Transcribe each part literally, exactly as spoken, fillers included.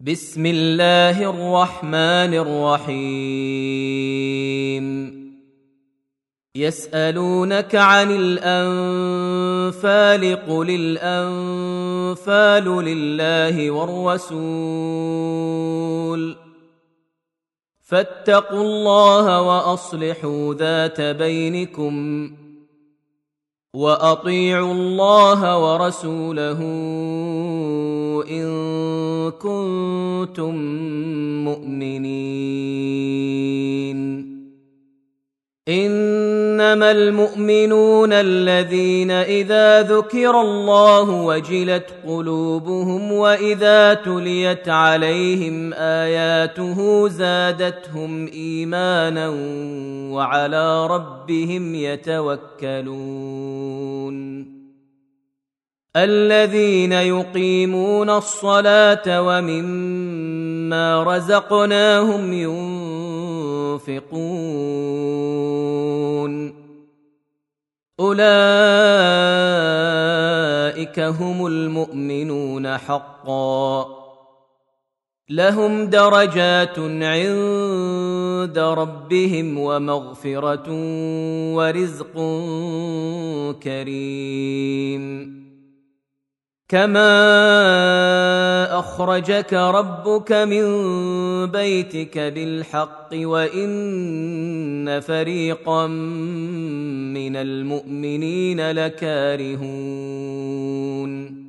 بسم الله الرحمن الرحيم يسألونك عن الأنفال قل الأنفال لله والرسول فاتقوا الله وأصلحوا ذات بينكم وأطيعوا الله ورسوله إن كنتم مؤمنين إنما المؤمنون الذين إذا ذكر الله وجلت قلوبهم وإذا تليت عليهم آياته زادتهم إيمانا وعلى ربهم يتوكلون الذين يقيمون الصلاة ومما رزقناهم ينفقون أولئك هم المؤمنون حقا لهم درجات عند ربهم ومغفرة ورزق كريم كما أخرجك ربك من بيتك بالحق وإن فريقا من المؤمنين لكارهون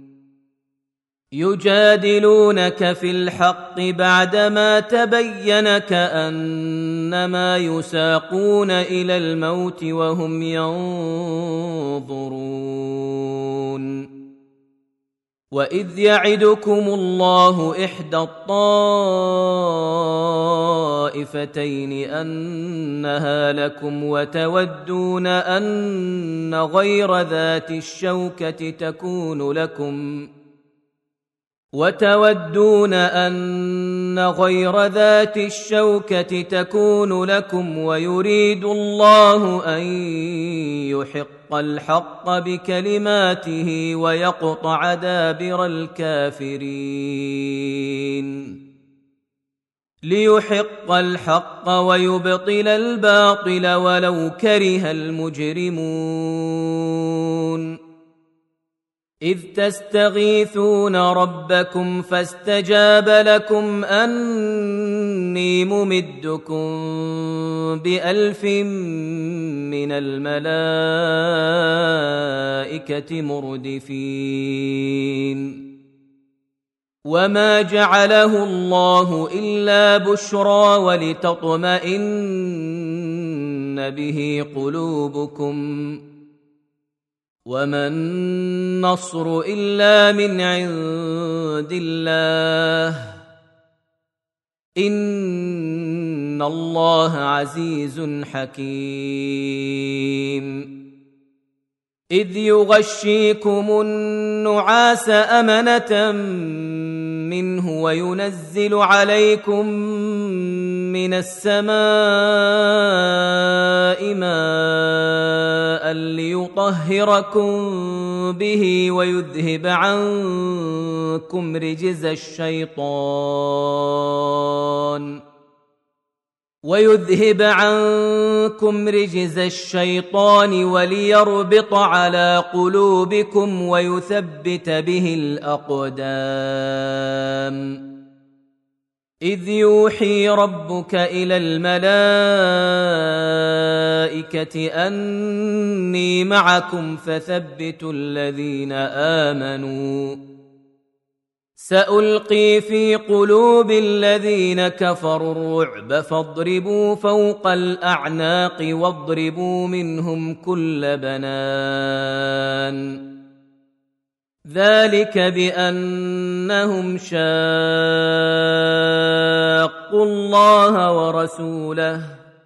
يجادلونك في الحق بعدما تبين كأنما يساقون إلى الموت وهم ينظرون وإذ يعدكم الله إحدى الطائفتين أنها لكم وتودون أن غير ذات الشوكة تكون لكم وتودون أن غير ذات الشوكة تكون لكم ويريد الله أن يحق الحق بكلماته ويقطع دابر الكافرين ليحق الحق ويبطل الباطل ولو كره المجرمون إذ تستغيثون ربكم فاستجاب لكم أني ممدكم بألف من الملائكة مردفين وما جعله الله إلا بشرى ولتطمئن به قلوبكم وما النصر إلا من عند الله إن الله عزيز حكيم إذ يغشيكم النعاس أمنة منه وينزل عليكم من السماء ماء ليطهركم به ويذهب عنكم رجز الشيطان ويذهب عنكم رجز الشيطان وليربط على قلوبكم ويثبت به الأقدام إذ يوحي ربك إلى الملائكة أني معكم فثبتوا الذين آمنوا سألقي في قلوب الذين كفروا الرعب فاضربوا فوق الأعناق واضربوا منهم كل بنان ذلك بأنهم شاقوا الله ورسوله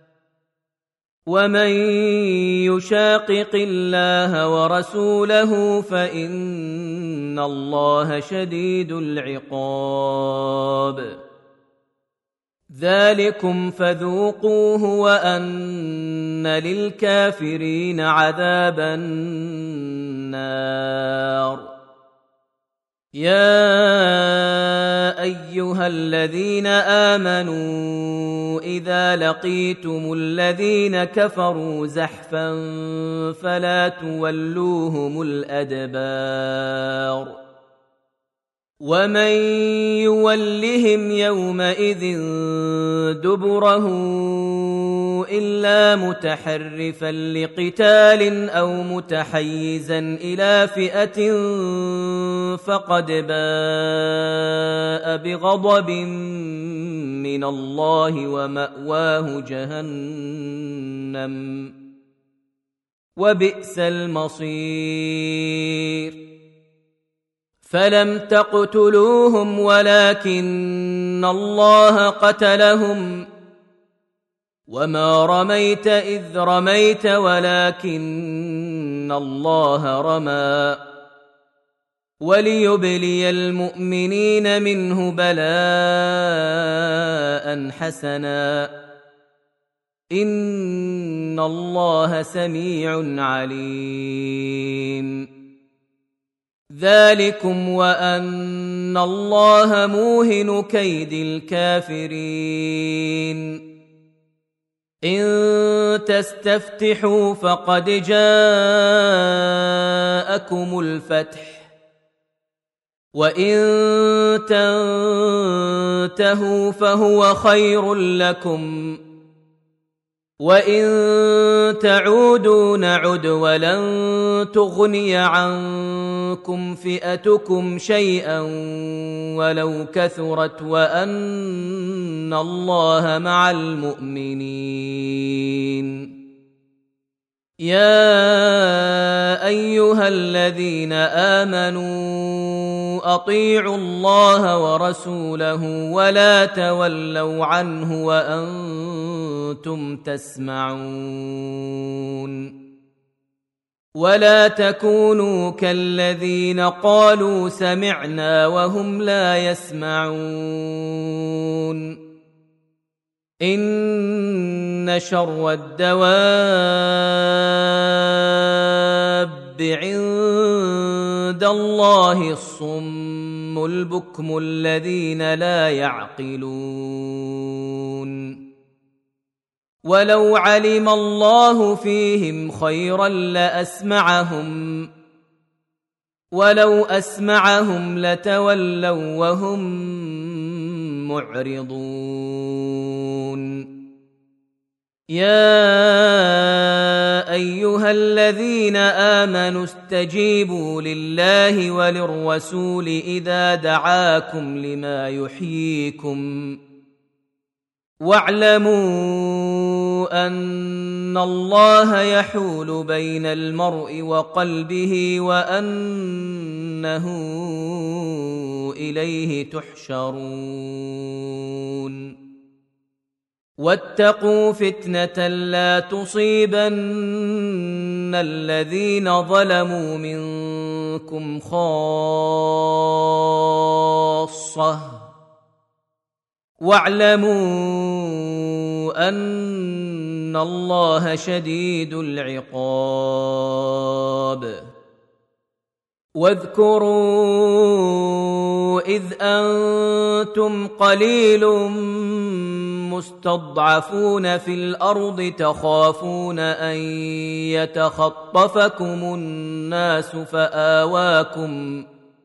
ومن يشاقق الله ورسوله فإن الله شديد العقاب ذلكم فذوقوه وأن للكافرين عذاب النار يا أيها الذين آمنوا إذا لقيتم الذين كفروا زحفا فلا تولوهم الأدبار ومن يولهم يومئذ دبره إلا متحرفا لقتال أو متحيزا إلى فئة فقد باء بغضب من الله ومأواه جهنم وبئس المصير فلم تقتلوهم ولكن الله قتلهم وما رميت إذ رميت ولكن الله رمى وليبلي المؤمنين منه بلاء حسنا إن الله سميع عليم ذلكم وأن الله موهن كيد الكافرين إن تستفتحوا فقد جاءكم الفتح وإن تنتهوا فهو خير لكم وإن تعودوا نعد ولن تغني عنكم فئتكم شيئا ولو كثرت وأن الله مع المؤمنين يا أيها الذين آمنوا أطيعوا الله ورسوله ولا تولوا عنه وأنتم تسمعون ولا تكونوا كالذين قالوا سمعنا وهم لا يسمعون إن شر الدواب عند الله الصم البكم الذين لا يعقلون ولو علم الله فيهم خيرا لأسمعهم ولو أسمعهم لتولوا وهم معرضون يا أيها الذين آمنوا استجيبوا لله وللرسول إذا دعاكم لما يحييكم واعلموا أن الله يحول بين المرء وقلبه وأنه إليه تحشرون واتقوا فتنة لا تصيبن الذين ظلموا منكم خاصة واعلموا أن الله شديد العقاب واذكروا إذ أنتم قليل مستضعفون في الأرض تخافون أن يتخطفكم الناس فآواكم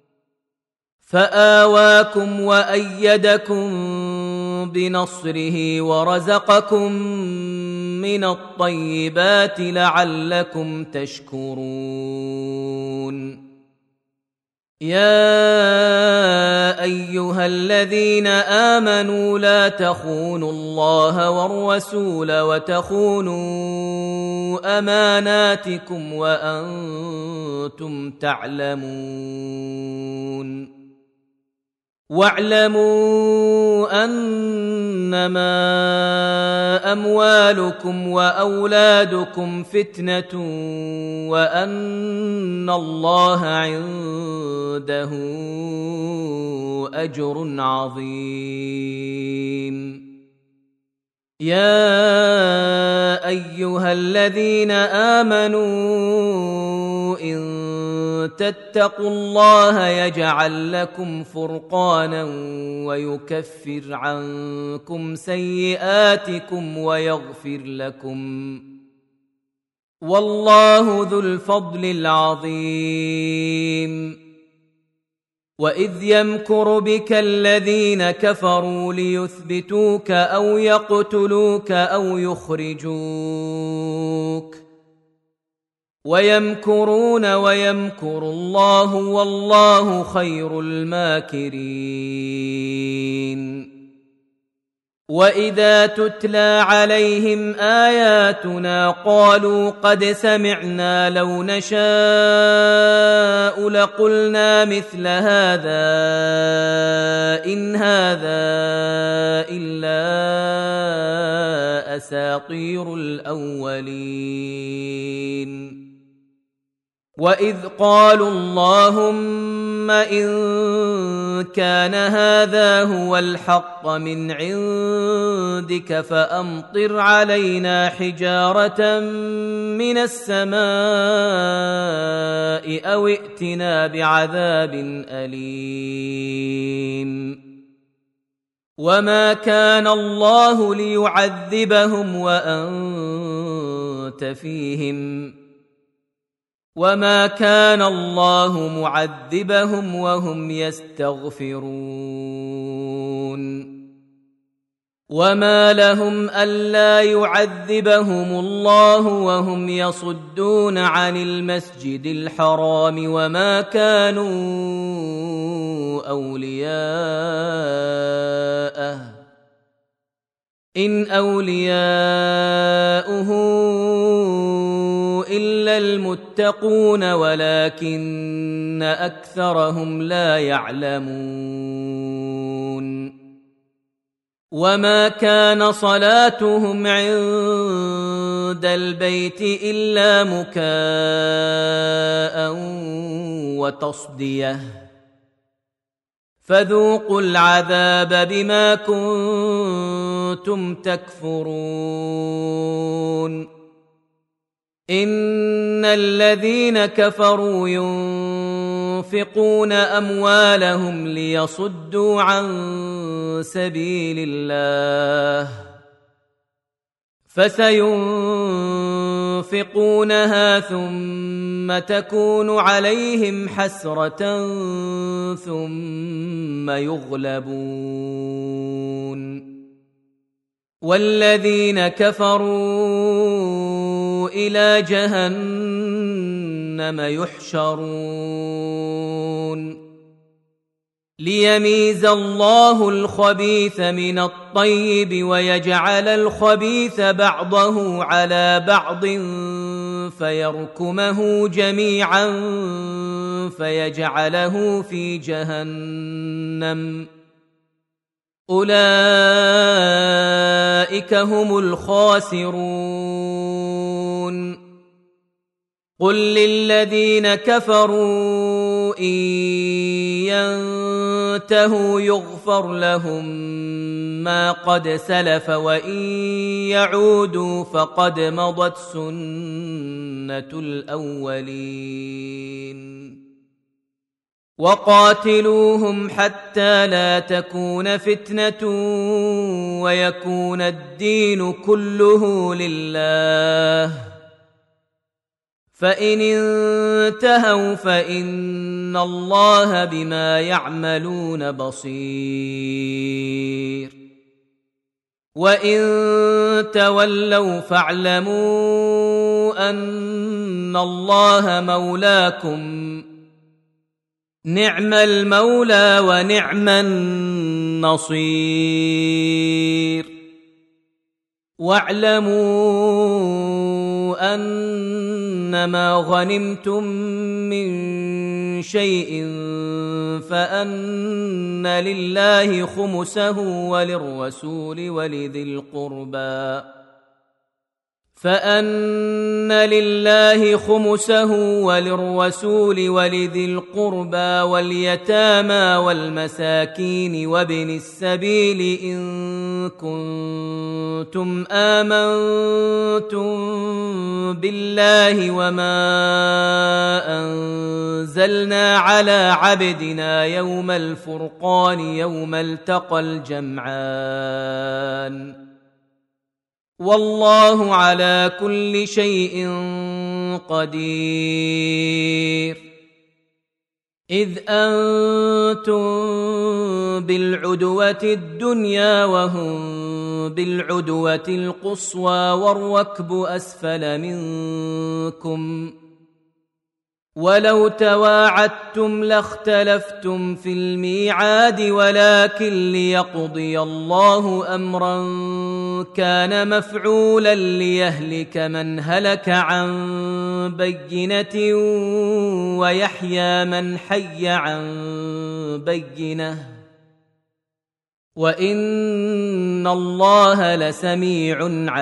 فآواكم وأيدكم بنصره ورزقكم من الطيبات لعلكم تشكرون يا أيها الذين آمنوا لا تخونوا الله والرسول وتخونوا أماناتكم وأنتم تعلمون واعلموا أنما أموالكم وأولادكم فتنة وأن الله عنده أجر عظيم يا أيها الذين آمنوا إن تتقوا الله يجعل لكم فرقانا ويكفر عنكم سيئاتكم ويغفر لكم والله ذو الفضل العظيم. وإذ يمكر بك الذين كفروا ليثبتوك أو يقتلوك أو يخرجوك ويمكرون ويمكر الله والله خير الماكرين. وإذا تتلى عليهم آياتنا قالوا قد سمعنا لو نشاء لقلنا مثل هذا إن هذا إلا أساطير الأولين. وإذ قالوا اللهم إن كان هذا هو الحق من عندك فأمطر علينا حجارة من السماء أو ائتنا بعذاب أليم. وما كان الله ليعذبهم وأنت فيهم وما كان الله معذبهم وهم يستغفرون. وما لهم ألا يعذبهم الله وهم يصدون عن المسجد الحرام وما كانوا أولياءه إن أولياؤه إلا المتقون ولكن أكثرهم لا يعلمون. وما كان صلاتهم عند البيت إلا مكاء وتصدية فذوقوا العذاب بما كنتم تكفرون. إن الذين كفروا ينفقون أموالهم ليصدوا عن سبيل الله فسينفقونها ثم تكون عليهم حسرة ثم يغلبون والذين كفروا إلى جهنم يحشرون ليميز الله الخبيث من الطيب ويجعل الخبيث بعضه على بعض فيركمه جميعا فيجعله في جهنم أولئك هم الخاسرون. قل للذين كفروا إن ينتهوا يغفر لهم ما قد سلف وإن يعودوا فقد مضت سنة الأولين. وقاتلوهم حتى لا تكون فتنة ويكون الدين كله لله فإن انتهوا فإن الله بما يعملون بصير. وإن تولوا فاعلموا أن الله مولاكم نعم المولى ونعم النصير. واعلموا أنما غنمتم من شيء فأن لله خمسه وللرسول ولذي القربى فأن لله خمسه وللرسول ولذي القربى واليتامى والمساكين وابن السبيل إن كنتم آمنتم بالله وما أنزلنا على عبدنا يوم الفرقان يوم التقى الجمعان والله على كل شيء قدير. إذ أنتم بالعدوة الدنيا وهم بالعدوة القصوى والركب أسفل منكم ولو تواعدتم لاختلفتم في الميعاد ولكن ليقضي الله أمرا كان مفعولا ليهلك من هلك عن بينة ويحيى من حي عن بينة وإن الله لسميع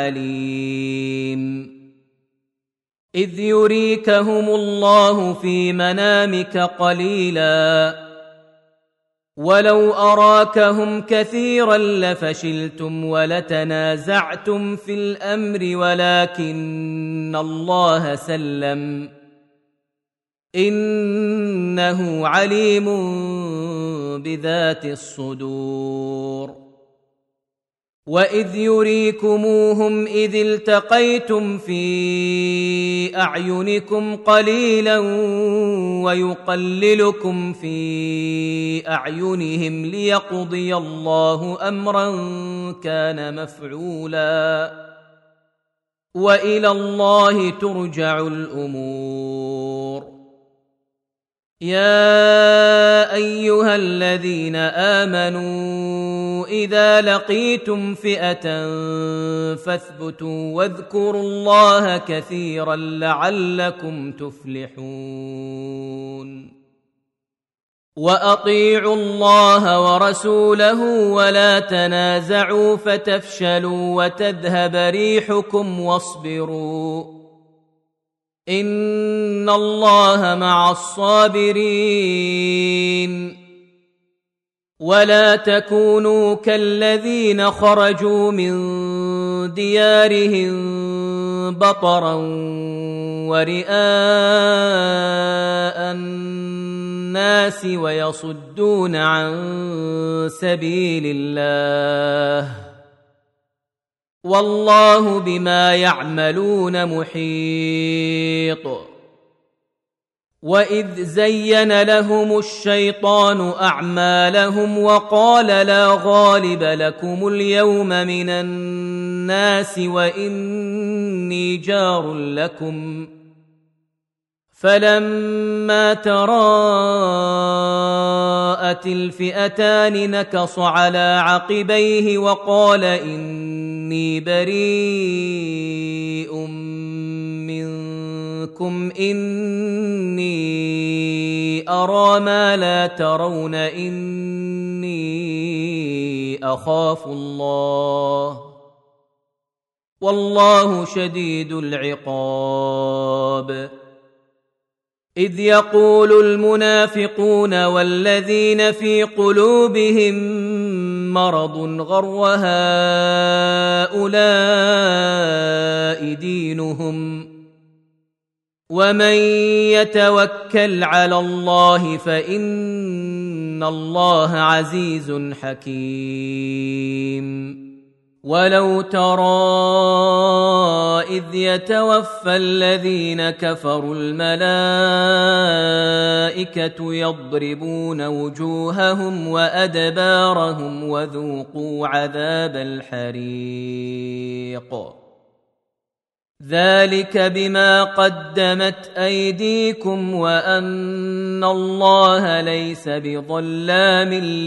عليم. إذ يريكهم الله في منامك قليلا ولو أراكهم كثيرا لفشلتم ولتنازعتم في الأمر ولكن الله سلم إنه عليم بذات الصدور. وإذ يريكموهم إذ التقيتم في أعينكم قليلا ويقللكم في أعينهم ليقضي الله أمرا كان مفعولا وإلى الله ترجع الأمور. يا أيها الذين آمنوا إذا لقيتم فئة فاثبتوا واذكروا الله كثيرا لعلكم تفلحون. وأطيعوا الله ورسوله ولا تنازعوا فتفشلوا وتذهب ريحكم واصبروا إن الله مع الصابرين. ولا تكونوا كالذين خرجوا من ديارهم بطرا ورئاء الناس ويصدون عن سبيل الله والله بما يعملون محيط. وإذ زين لهم الشيطان أعمالهم وقال لا غالب لكم اليوم من الناس وإني جار لكم فلما تراءت الفئتان نكص على عقبيه وقال إني بريء منكم إني أرى ما لا ترون إني أخاف الله والله شديد العقاب. إذ يقول المنافقون والذين في قلوبهم مرض غر هؤلاء دينهم ومن يتوكل على الله فإن الله عزيز حكيم. ولو ترى إذ يتوفى الذين كفروا الملائكة يضربون وجوههم وأدبارهم وذوقوا عذاب الحريق ذلك بما قدمت أيديكم وأن الله ليس بظلام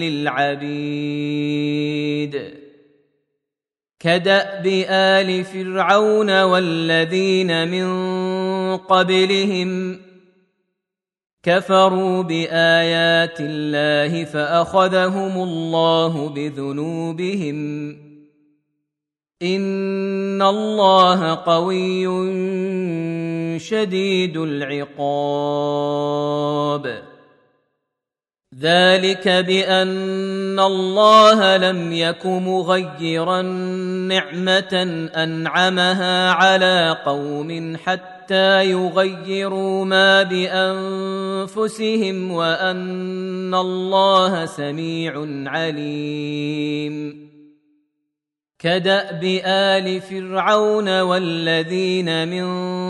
للعبيد. كدأب آل فرعون والذين من قبلهم كفروا بآيات الله فأخذهم الله بذنوبهم إن الله قوي شديد العقاب. ذلك بأن الله لم يك مغيرا نعمة أنعمها على قوم حتى يغيروا ما بأنفسهم وأن الله سميع عليم. كدأب آل فرعون والذين من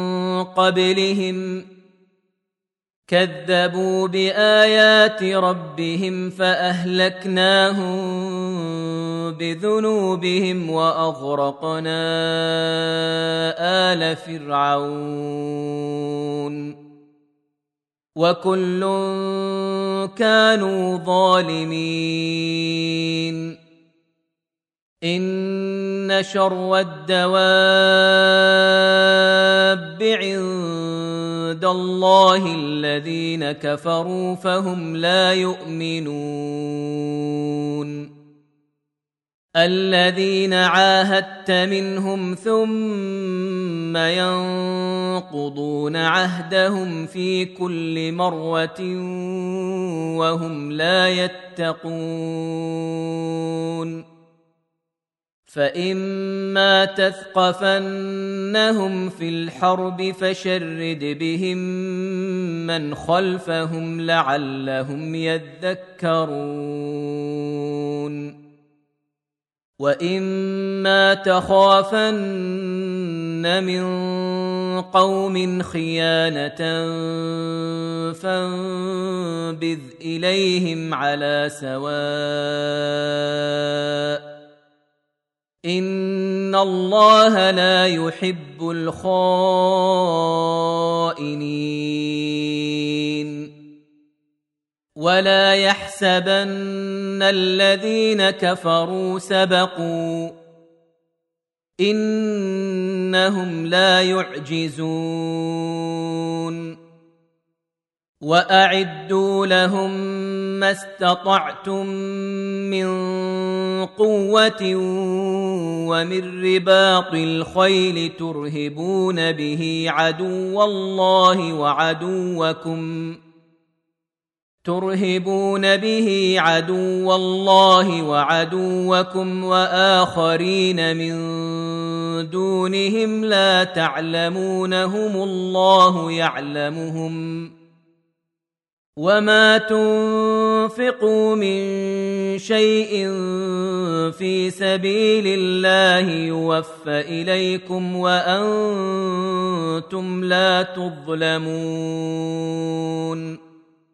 قبلهم كذبوا بآيات ربهم فأهلكناهم بذنوبهم وأغرقنا آل فرعون وكل كانوا ظالمين. إن شر الدواب عند الله الذين كفروا فهم لا يؤمنون. الذين عاهدت منهم ثم ينقضون عهدهم في كل مرة وهم لا يتقون. فإما تثقفنهم في الحرب فشرد بهم من خلفهم لعلهم يذكرون. وإما تخافن من قوم خيانة فانبذ إليهم على سواء إن الله لا يحب الخائنين. ولا يحسبن الذين كفروا سبقوا إنهم لا يعجزون. وأعدوا لهم ما استطعتم من قوة ومن رباط الخيل ترهبون به عدو الله وعدوكم ترهبون به عدو الله وعدوكم وآخرين من دونهم لا تعلمونهم الله يعلمهم. وما تنفقوا من شيء في سبيل الله يوفى إليكم وأنتم لا تظلمون.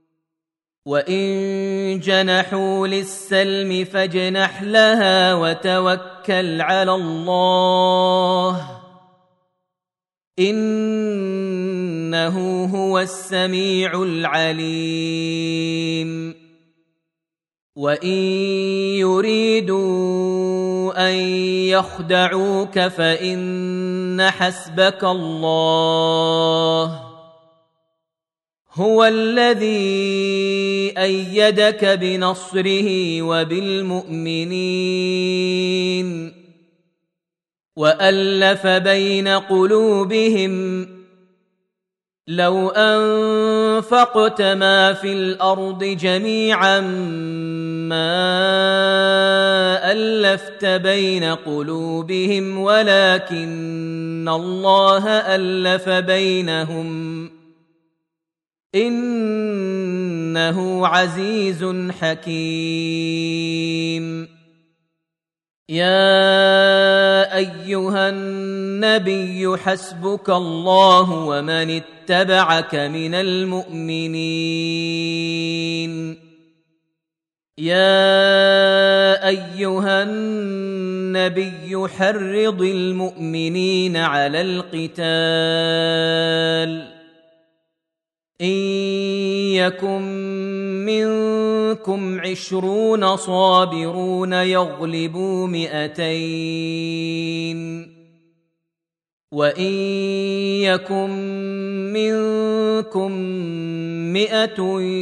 وإن جنحوا للسلم فاجنح لها وتوكل على الله إنه هو السميع العليم. وإن يريدوا أن يخدعوك فإن حسبك الله هو الذي أيدك بنصره وبالمؤمنين وألف بين قلوبهم لو أنفقت ما في الأرض جميعا ما ألفت بين قلوبهم ولكن الله ألف بينهم إنه عزيز حكيم. يا أيها النبي حسبك الله ومن اتبعك من المؤمنين. يا أيها النبي حرض المؤمنين على القتال إن يكن منكم عشرون صابرون يغلبوا مئتين وإن يكن منكم مئة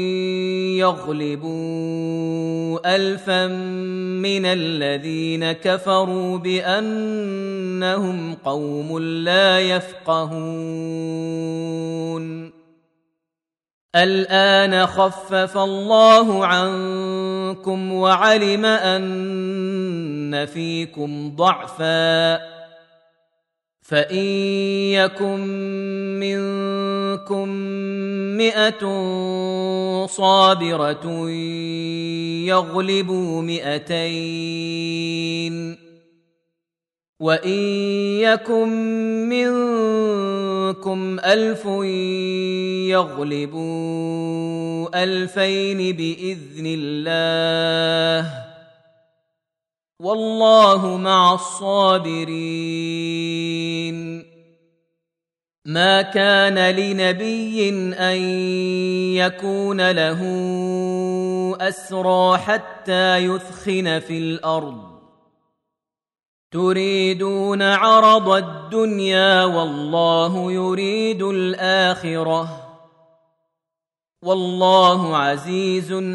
يغلبوا ألفا من الذين كفروا بأنهم قوم لا يفقهون الآن خفف الله عنكم وعلم أن فيكم ضعفا فإن يكن منكم مئة صابرة يغلبوا مئتين وإن يكن منكم ألف يغلبوا ألفين بإذن الله والله مع الصابرين ما كان لنبي أن يكون له أسرى حتى يثخن في الأرض تريدون عرض الدنيا والله يريد الآخرة والله عزيز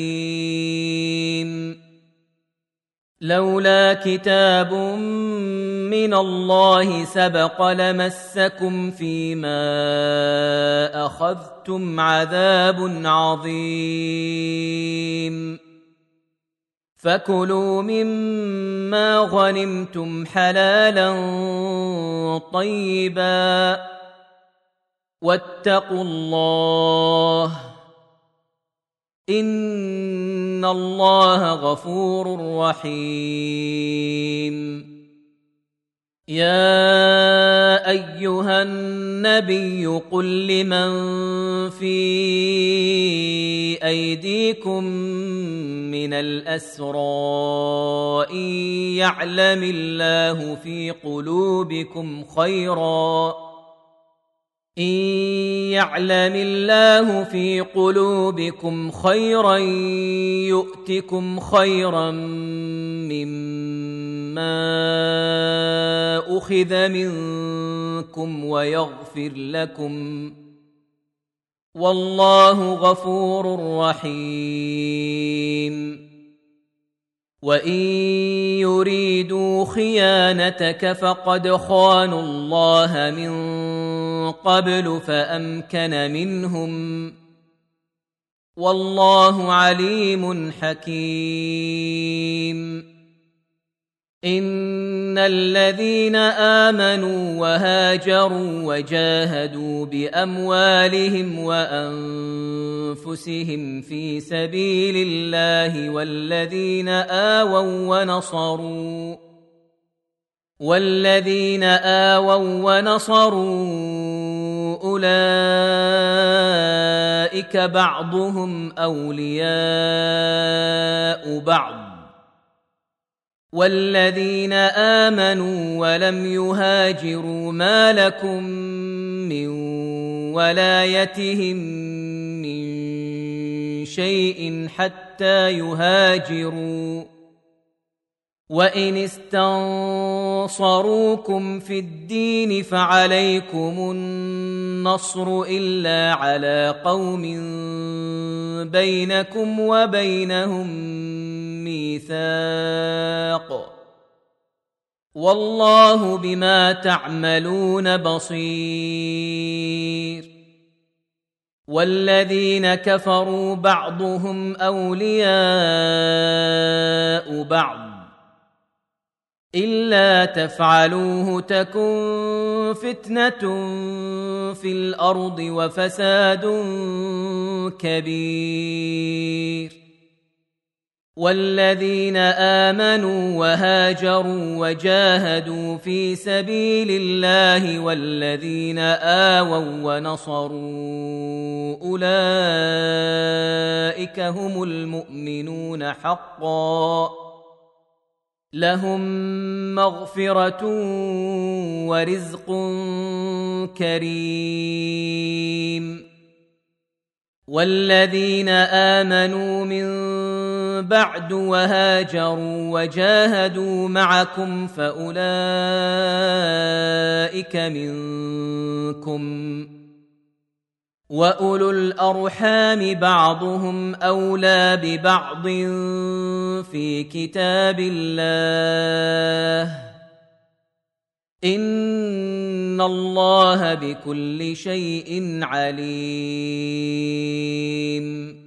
حكيم لولا كتاب من الله سبق لمسكم فيما أخذتم عذاب عظيم فكلوا مما غنمتم حلالا طيبا واتقوا الله إن الله غفور رحيم يا أيها النبي قل لمن في أيديكم من الأسرى إن يعلم الله في قلوبكم خيرا إن يعلم الله في قلوبكم خيرا يؤتكم خيرا مما أخذ منكم ويغفر لكم والله غفور رحيم وإن يريدوا خيانتك فقد خانوا الله من قبل فأمكن منهم والله عليم حكيم إن الذين آمنوا وهاجروا وجاهدوا بأموالهم وأنفسهم في سبيل الله والذين آووا ونصروا والذين آووا ونصروا أولئك بعضهم أولياء بعض والذين آمنوا ولم يهاجروا ما لكم من ولايتهم من شيء حتى يهاجروا وإن استنصروكم في الدين فعليكم النصر إلا على قوم بينكم وبينهم ميثاق والله بما تعملون بصير والذين كفروا بعضهم أولياء بعض إلا تفعلوه تكن فتنة في الأرض وفساد كبير والذين آمنوا وهاجروا وجاهدوا في سبيل الله والذين آووا ونصروا أولئك هم المؤمنون حقا لهم مغفرة ورزق كريم والذين آمنوا من بعد وهاجروا وجاهدوا معكم فأولئك منكم، وأولو الأرحام بعضهم أولى ببعض في كتاب الله، إن الله بكل شيء عليم.